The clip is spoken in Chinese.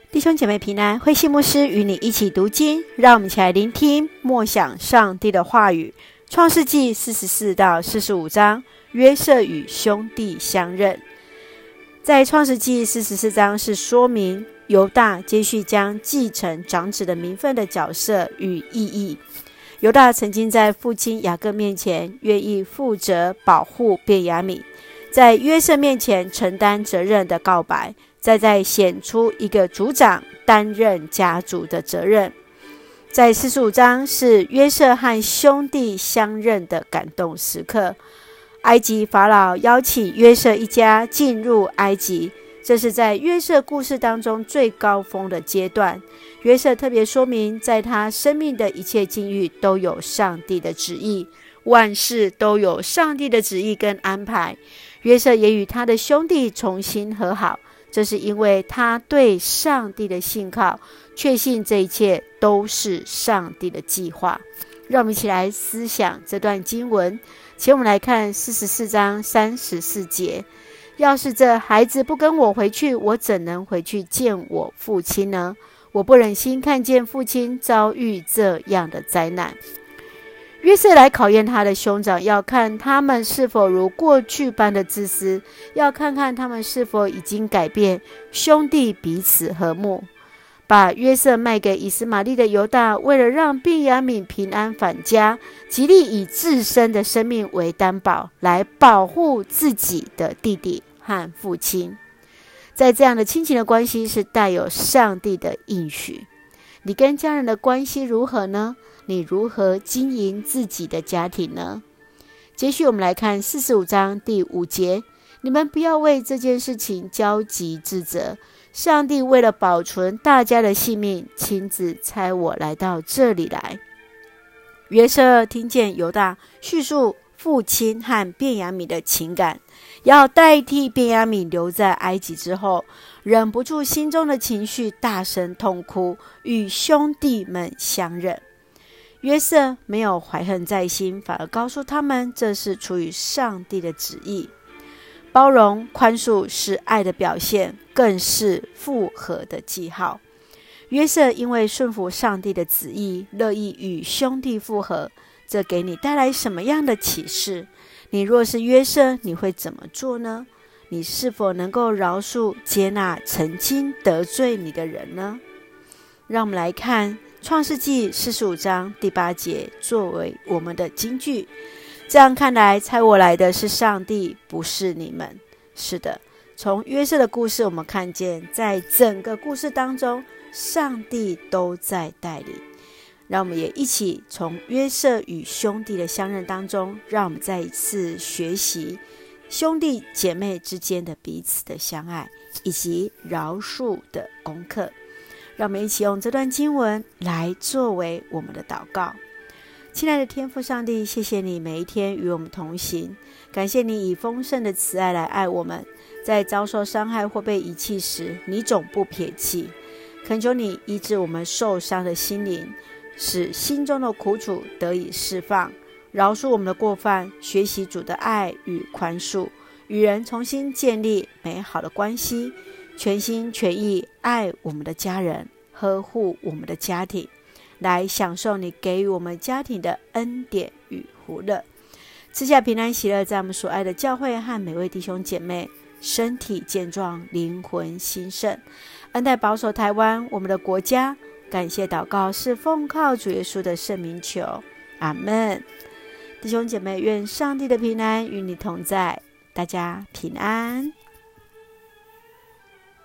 弟兄姐妹平安，慧馨牧师与你一起读经，让我们一起来聆听默想上帝的话语。创世纪44到45章，约瑟与兄弟相认。在创世纪44章是说明犹大接续将继承长子的名分的角色与意义。犹大曾经在父亲雅各面前愿意负责保护便雅悯，在约瑟面前承担责任的告白，再显出一个族长担任家族的责任。在45章是约瑟和兄弟相认的感动时刻。埃及法老邀请约瑟一家进入埃及，这是在约瑟故事当中最高峰的阶段。约瑟特别说明，在他生命的一切境遇都有上帝的旨意，万事都有上帝的旨意跟安排。约瑟也与他的兄弟重新和好，这是因为他对上帝的信靠，确信这一切都是上帝的计划。让我们一起来思想这段经文。请我们来看44章34节，要是这孩子不跟我回去，我怎能回去见我父亲呢？我不忍心看见父亲遭遇这样的灾难。约瑟来考验他的兄长，要看他们是否如过去般的自私，要看看他们是否已经改变，兄弟彼此和睦。把约瑟卖给以实玛利的犹大，为了让便雅悯平安返家，极力以自身的生命为担保，来保护自己的弟弟和父亲。在这样的亲情的关系是带有上帝的应许。你跟家人的关系如何呢？你如何经营自己的家庭呢？接续我们来看45章第5节，你们不要为这件事情焦急自责，上帝为了保存大家的性命，亲自差我来到这里来。约瑟听见犹大叙述父亲和便雅悯的情感，要代替便雅悯留在埃及之后，忍不住心中的情绪，大声痛哭，与兄弟们相认。约瑟没有怀恨在心，反而告诉他们，这是出于上帝的旨意。包容宽恕是爱的表现，更是复合的记号。约瑟因为顺服上帝的旨意，乐意与兄弟复合，这给你带来什么样的启示？你若是约瑟，你会怎么做呢？你是否能够饶恕接纳曾经得罪你的人呢？让我们来看创世纪45章第8节作为我们的金句。这样看来，差我来的是上帝，不是你们。是的，从约瑟的故事我们看见，在整个故事当中，上帝都在带领。让我们也一起从约瑟与兄弟的相认当中，让我们再一次学习兄弟姐妹之间的彼此的相爱，以及饶恕的功课。让我们一起用这段经文来作为我们的祷告。亲爱的天父上帝，谢谢你每一天与我们同行，感谢你以丰盛的慈爱来爱我们，在遭受伤害或被遗弃时，你总不撇弃。恳求你医治我们受伤的心灵，使心中的苦楚得以释放，饶恕我们的过犯，学习主的爱与宽恕，与人重新建立美好的关系，全心全意爱我们的家人，呵护我们的家庭，来享受你给予我们家庭的恩典与福乐。赐下平安喜乐，在我们所爱的教会和每位弟兄姐妹身体健壮，灵魂兴盛，恩待保守台湾我们的国家。感谢祷告是奉靠主耶稣的圣名求，阿们。弟兄姐妹，愿上帝的平安与你同在，大家平安。